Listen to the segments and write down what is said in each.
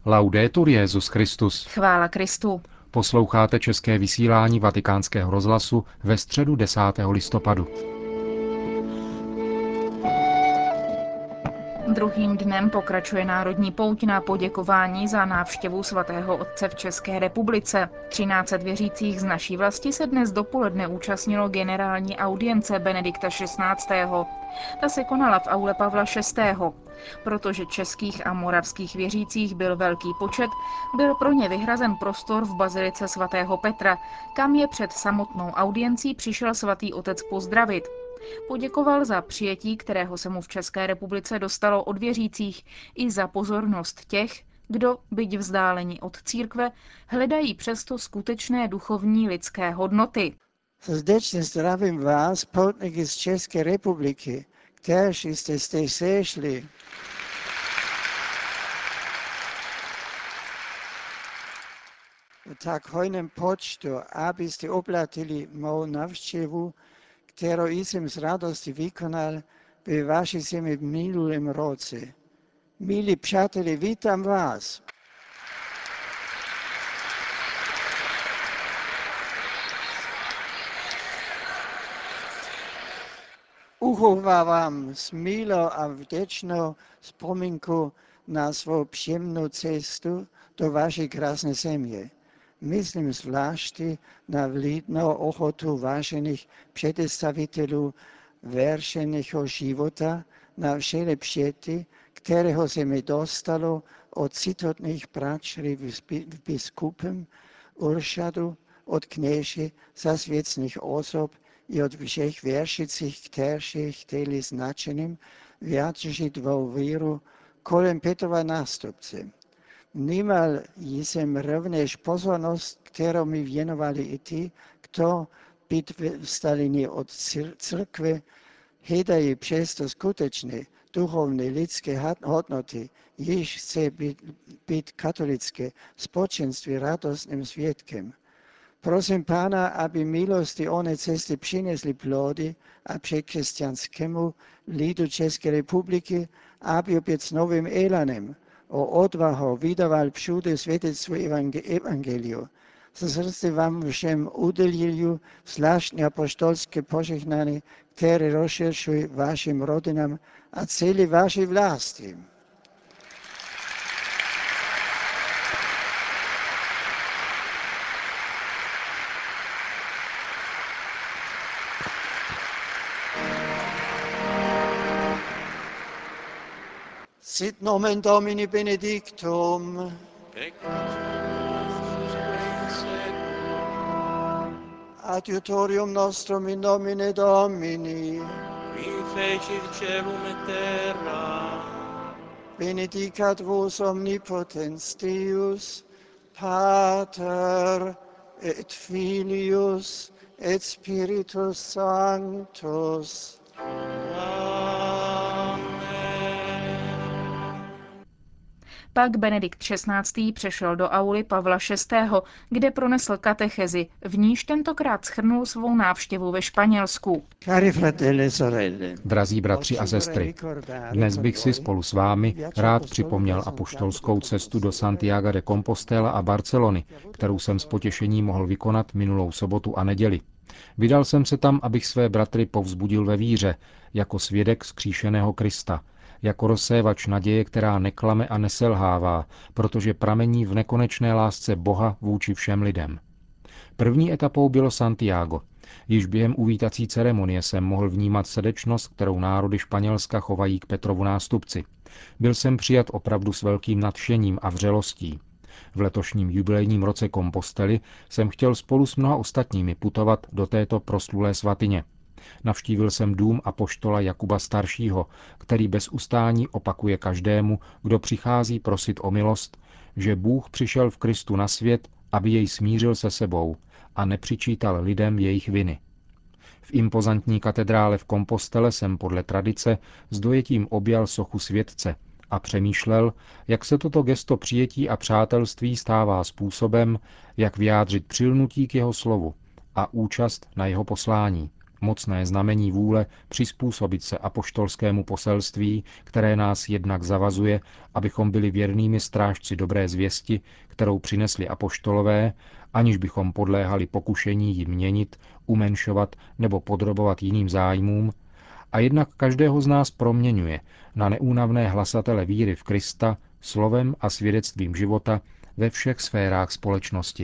Laudetur Jesus Christus. Chvála Kristu. Posloucháte české vysílání Vatikánského rozhlasu ve středu 10. listopadu. Druhým dnem pokračuje národní pouť na poděkování za návštěvu svatého otce v České republice. 1300 věřících z naší vlasti se dnes dopoledne účastnilo generální audience Benedikta XVI. Ta se konala v aule Pavla VI. Protože českých a moravských věřících byl velký počet, byl pro ně vyhrazen prostor v bazilice svatého Petra, kam je před samotnou audiencí přišel svatý otec pozdravit. Poděkoval za přijetí, kterého se mu v České republice dostalo od věřících, i za pozornost těch, kdo, byť vzdáleni od církve, hledají přesto skutečné duchovní lidské hodnoty. Srdečně zdravím vás, poutníky z České republiky, kteří jste zde sešli. V tak hojném počtu, abyste oplatili mou návštěvu, kterou jsem s radostí vykonal ve vaší zemi v minulém roce. Milí přátelé, vítám vás. Uchovávám s milou a vděčnou vzpomínku na svou příjemnou cestu do vaší krásné země. Myslím zvláště na vlídnou ochotu vážených představitelů veršeného života, na všelepšety, kterého se mi dostalo od citotných bratří v biskupem, úřadu, od kněží, zasvěcených osob i od všech věřících, kteří chtěli značeným vyjádřit svou víru kolem Petrova nástupce. Vnímal jsem rovněž pozornost, kterou mi věnovali i ti, kdo být vzdálení od církve, hledají přesto skutečné duchovní lidské hodnoty, již chce být katolické společenství radostným svědkem. Prosím Pána, aby milosti oné cesty přinesly plody a křesťanskému lidu České republiky, aby opět s novým elanem o odvahu vydával všude svědectvo evangeliu. Ze srdce vám všem uděluji zvláštní apoštolské požehnání, které rozšiřují vašim rodinám a celé vaší vlasti. Sit nomen Domini benedictum. Adiutorium nostrum in nomine Domini. Qui fecit caelum et terra. Benedicat vos omnipotens Deus, Pater et Filius et Spiritus Sanctus. Pak Benedikt XVI. Přešel do auly Pavla VI., kde pronesl katechezi, v níž tentokrát shrnul svou návštěvu ve Španělsku. Drazí bratři a sestry, dnes bych si spolu s vámi rád připomněl apoštolskou cestu do Santiaga de Compostela a Barcelony, kterou jsem s potěšením mohl vykonat minulou sobotu a neděli. Vydal jsem se tam, abych své bratry povzbudil ve víře, jako svědek vzkříšeného Krista, jako rozsévač naděje, která neklame a neselhává, protože pramení v nekonečné lásce Boha vůči všem lidem. První etapou bylo Santiago. Již během uvítací ceremonie jsem mohl vnímat srdečnost, kterou národy Španělska chovají k Petrovu nástupci. Byl jsem přijat opravdu s velkým nadšením a vřelostí. V letošním jubilejním roce Kompostely jsem chtěl spolu s mnoha ostatními putovat do této proslulé svatyně. Navštívil jsem dům apoštola Jakuba Staršího, který bez ustání opakuje každému, kdo přichází prosit o milost, že Bůh přišel v Kristu na svět, aby jej smířil se sebou a nepřičítal lidem jejich viny. V impozantní katedrále v Kompostele jsem podle tradice s dojetím objal sochu světce a přemýšlel, jak se toto gesto přijetí a přátelství stává způsobem, jak vyjádřit přilnutí k jeho slovu a účast na jeho poslání. mocné znamení vůle přizpůsobit se apoštolskému poselství, které nás jednak zavazuje, abychom byli věrnými strážci dobré zvěsti, kterou přinesli apoštolové, aniž bychom podléhali pokušení ji měnit, umenšovat nebo podrobovat jiným zájmům, a jednak každého z nás proměňuje na neúnavné hlasatele víry v Krista slovem a svědectvím života ve všech sférách společnosti.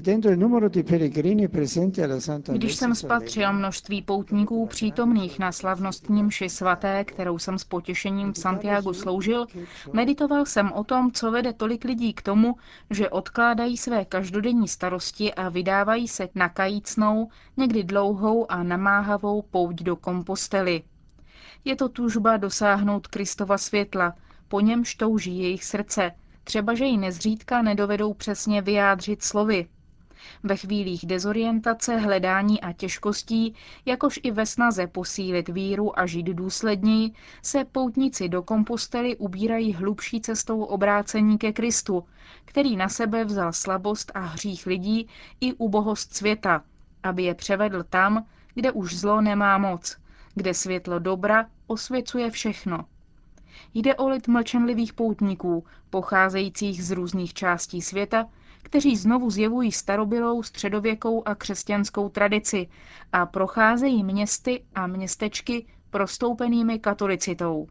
Když jsem spatřil množství poutníků přítomných na slavnostní mši svaté, kterou jsem s potěšením v Santiagu sloužil, meditoval jsem o tom, co vede tolik lidí k tomu, že odkládají své každodenní starosti a vydávají se na kajícnou, někdy dlouhou a namáhavou pouť do Kompostely. Je to tužba dosáhnout Kristova světla, po němž touží jejich srdce, třeba že ji nezřídka nedovedou přesně vyjádřit slovy. Ve chvílích dezorientace, hledání a těžkostí, jakož i ve snaze posílit víru a žít důsledněji, se poutníci do Kompostely ubírají hlubší cestou obrácení ke Kristu, který na sebe vzal slabost a hřích lidí i ubohost světa, aby je převedl tam, kde už zlo nemá moc, kde světlo dobra osvěcuje všechno. Jde o lid mlčenlivých poutníků, pocházejících z různých částí světa, kteří znovu zjevují starobylou, středověkou a křesťanskou tradici a procházejí městy a městečky prostoupenými katolicitou.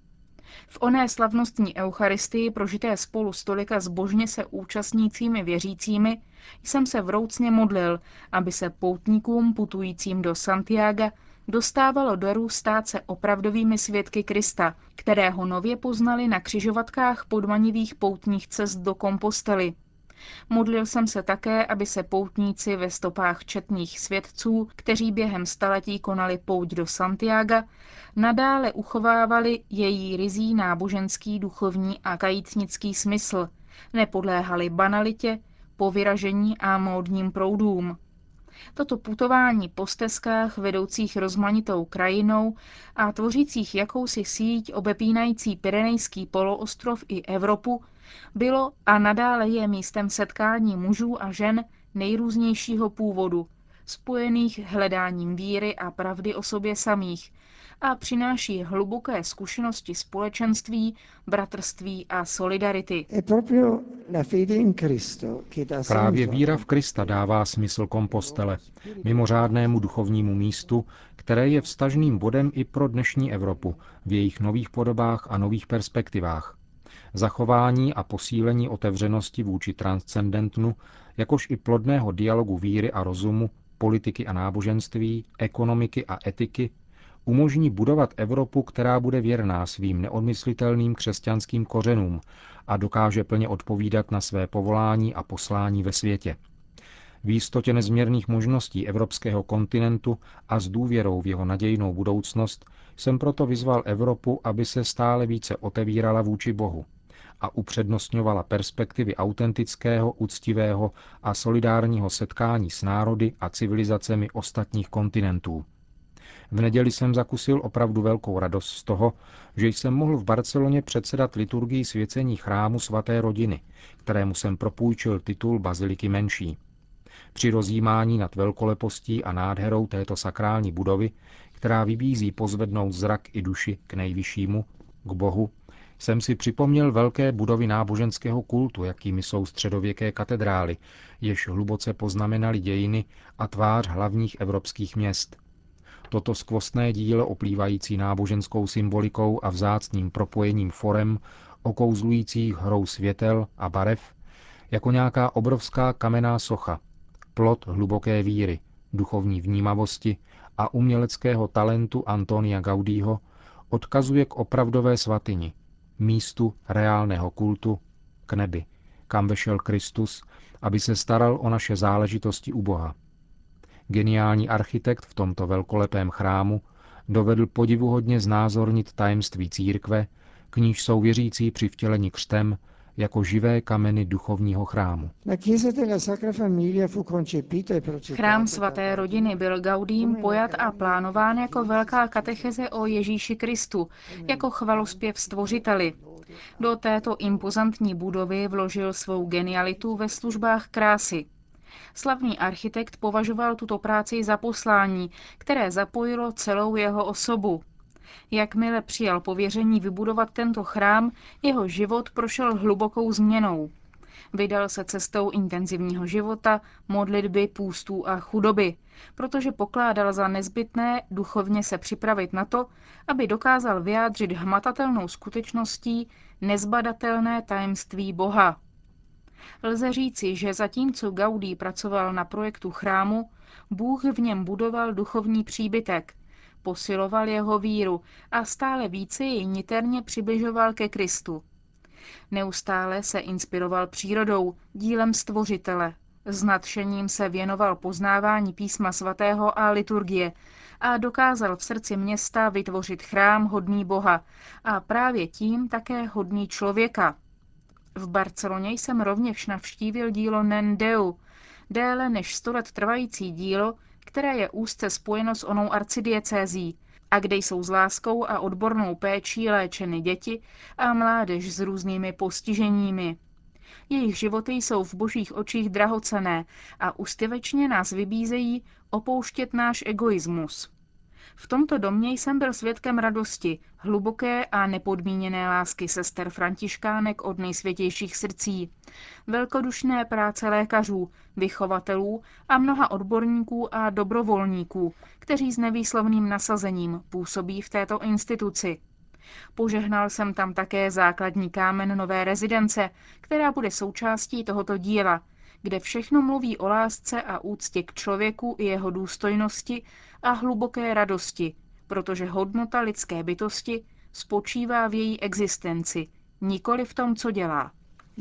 V oné slavnostní eucharistii prožité spolu s tolika zbožně se účastnícími věřícími jsem se vroucně modlil, aby se poutníkům putujícím do Santiaga dostávalo daru stát se opravdovými svědky Krista, kterého nově poznali na křižovatkách podmanivých poutních cest do Kompostely. Modlil jsem se také, aby se poutníci ve stopách četných svědců, kteří během staletí konali pouť do Santiaga, nadále uchovávali její ryzí náboženský, duchovní a kajícnický smysl, nepodléhali banalitě, povyražení a módním proudům. Toto putování po stezkách vedoucích rozmanitou krajinou a tvořících jakousi síť obepínající Pyrenejský poloostrov i Evropu bylo a nadále je místem setkání mužů a žen nejrůznějšího původu, spojených hledáním víry a pravdy o sobě samých, a přináší hluboké zkušenosti společenství, bratrství a solidarity. Právě víra v Krista dává smysl Kompostele, mimořádnému duchovnímu místu, které je vztažným bodem i pro dnešní Evropu v jejich nových podobách a nových perspektivách. Zachování a posílení otevřenosti vůči transcendentnu, jakož i plodného dialogu víry a rozumu, politiky a náboženství, ekonomiky a etiky, umožní budovat Evropu, která bude věrná svým neodmyslitelným křesťanským kořenům a dokáže plně odpovídat na své povolání a poslání ve světě. V jistotě nezměrných možností evropského kontinentu a s důvěrou v jeho nadějnou budoucnost jsem proto vyzval Evropu, aby se stále více otevírala vůči Bohu a upřednostňovala perspektivy autentického, uctivého a solidárního setkání s národy a civilizacemi ostatních kontinentů. V neděli jsem zakusil opravdu velkou radost z toho, že jsem mohl v Barceloně předsedat liturgii svěcení chrámu svaté rodiny, kterému jsem propůjčil titul Baziliky menší. Při rozjímání nad velkolepostí a nádherou této sakrální budovy, která vybízí pozvednout zrak i duši k nejvyššímu, k Bohu, jsem si připomněl velké budovy náboženského kultu, jakými jsou středověké katedrály, jež hluboce poznamenaly dějiny a tvář hlavních evropských měst. Toto skvostné dílo, oplývající náboženskou symbolikou a vzácným propojením forem, okouzlujících hrou světel a barev, jako nějaká obrovská kamenná socha, plod hluboké víry, duchovní vnímavosti a uměleckého talentu Antonia Gaudiho, odkazuje k opravdové svatyni, místu reálného kultu, k nebi, kam vešel Kristus, aby se staral o naše záležitosti u Boha. Geniální architekt v tomto velkolepém chrámu dovedl podivuhodně znázornit tajemství církve, k níž jsou věřící při vtělení křtem jako živé kameny duchovního chrámu. Chrám svaté rodiny byl Gaudím pojat a plánován jako velká katecheze o Ježíši Kristu, jako chvalospěv Stvořiteli. Do této impozantní budovy vložil svou genialitu ve službách krásy. Slavný architekt považoval tuto práci za poslání, které zapojilo celou jeho osobu. Jakmile přijal pověření vybudovat tento chrám, jeho život prošel hlubokou změnou. Vydal se cestou intenzivního života, modlitby, půstů a chudoby, protože pokládal za nezbytné duchovně se připravit na to, aby dokázal vyjádřit hmatatelnou skutečností nezbadatelné tajemství Boha. Lze říci, že zatímco Gaudí pracoval na projektu chrámu, Bůh v něm budoval duchovní příbytek, posiloval jeho víru a stále více jej niterně přibližoval ke Kristu. Neustále se inspiroval přírodou, dílem Stvořitele. S nadšením se věnoval poznávání písma svatého a liturgie a dokázal v srdci města vytvořit chrám hodný Boha a právě tím také hodný člověka. V Barceloně jsem rovněž navštívil dílo Nen Deu, déle než 100 let trvající dílo, které je úzce spojeno s onou arcidiecézí a kde jsou s láskou a odbornou péčí léčeny děti a mládež s různými postiženími. Jejich životy jsou v božích očích drahocenné a ústěvečně nás vybízejí opouštět náš egoismus. V tomto domě jsem byl svědkem radosti, hluboké a nepodmíněné lásky sester františkánek od nejsvětějších srdcí, velkodušné práce lékařů, vychovatelů a mnoha odborníků a dobrovolníků, kteří s nevýslovným nasazením působí v této instituci. Požehnal jsem tam také základní kámen nové rezidence, která bude součástí tohoto díla, kde všechno mluví o lásce a úctě k člověku i jeho důstojnosti a hluboké radosti, protože hodnota lidské bytosti spočívá v její existenci, nikoli v tom, co dělá.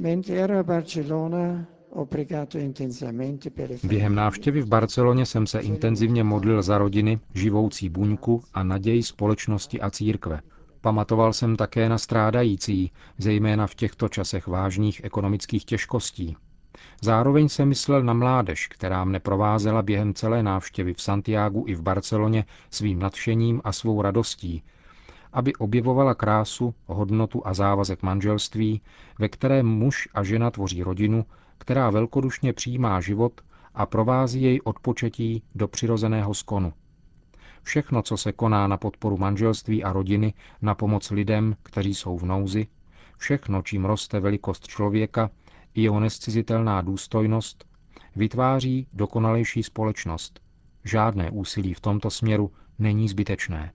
Během návštěvy v Barceloně jsem se intenzivně modlil za rodiny, živoucí buňku a naději společnosti a církve. Pamatoval jsem také na strádající, zejména v těchto časech vážných ekonomických těžkostí. Zároveň jsem myslel na mládež, která mne provázela během celé návštěvy v Santiagu i v Barceloně svým nadšením a svou radostí, aby objevovala krásu, hodnotu a závazek manželství, ve kterém muž a žena tvoří rodinu, která velkodušně přijímá život a provází jej od početí do přirozeného skonu. Všechno, co se koná na podporu manželství a rodiny, na pomoc lidem, kteří jsou v nouzi, všechno, čím roste velikost člověka i jeho nezcizitelná důstojnost, vytváří dokonalejší společnost. Žádné úsilí v tomto směru není zbytečné.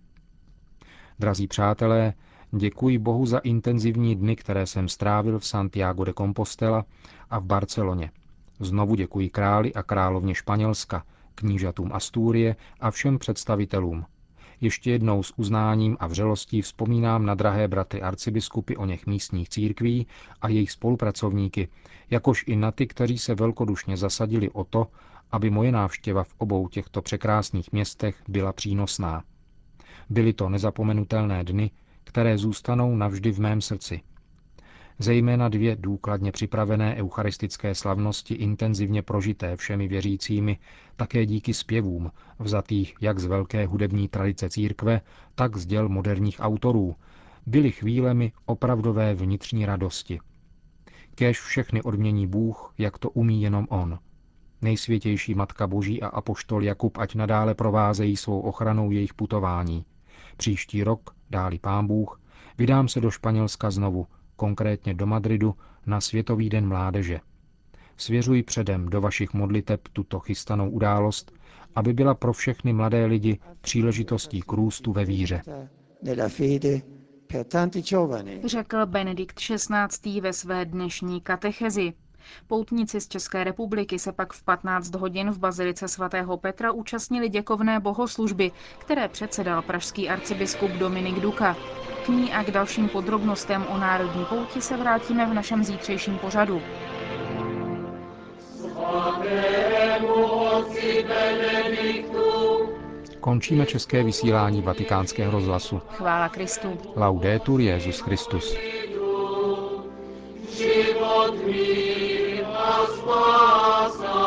Drazí přátelé, děkuji Bohu za intenzivní dny, které jsem strávil v Santiago de Compostela a v Barceloně. Znovu děkuji králi a královně Španělska, knížatům Astúrie a všem představitelům. Ještě jednou s uznáním a vřelostí vzpomínám na drahé bratry arcibiskupy oněch místních církví a jejich spolupracovníky, jakož i na ty, kteří se velkodušně zasadili o to, aby moje návštěva v obou těchto překrásných městech byla přínosná. Byly to nezapomenutelné dny, které zůstanou navždy v mém srdci. Zejména 2 důkladně připravené eucharistické slavnosti intenzivně prožité všemi věřícími, také díky zpěvům, vzatých jak z velké hudební tradice církve, tak z děl moderních autorů, byly chvílemi opravdové vnitřní radosti. Kéž všechny odmění Bůh, jak to umí jenom On. Nejsvětější Matka Boží a apoštol Jakub ať nadále provázejí svou ochranou jejich putování. Příští rok, dá-li Pán Bůh, vydám se do Španělska znovu, konkrétně do Madridu, na Světový den mládeže. Svěřuji předem do vašich modliteb tuto chystanou událost, aby byla pro všechny mladé lidi příležitostí k růstu ve víře. Řekl Benedikt XVI. Ve své dnešní katechezi. Poutníci z České republiky se pak v 15 hodin v bazilice svatého Petra účastnili děkovné bohoslužby, které předsedal pražský arcibiskup Dominik Duka. K ní a k dalším podrobnostem o národní pouti se vrátíme v našem zítřejším pořadu. Končíme české vysílání Vatikánského rozhlasu. Chvála Kristu. Laudetur Jesus Christus. Život mír a spása.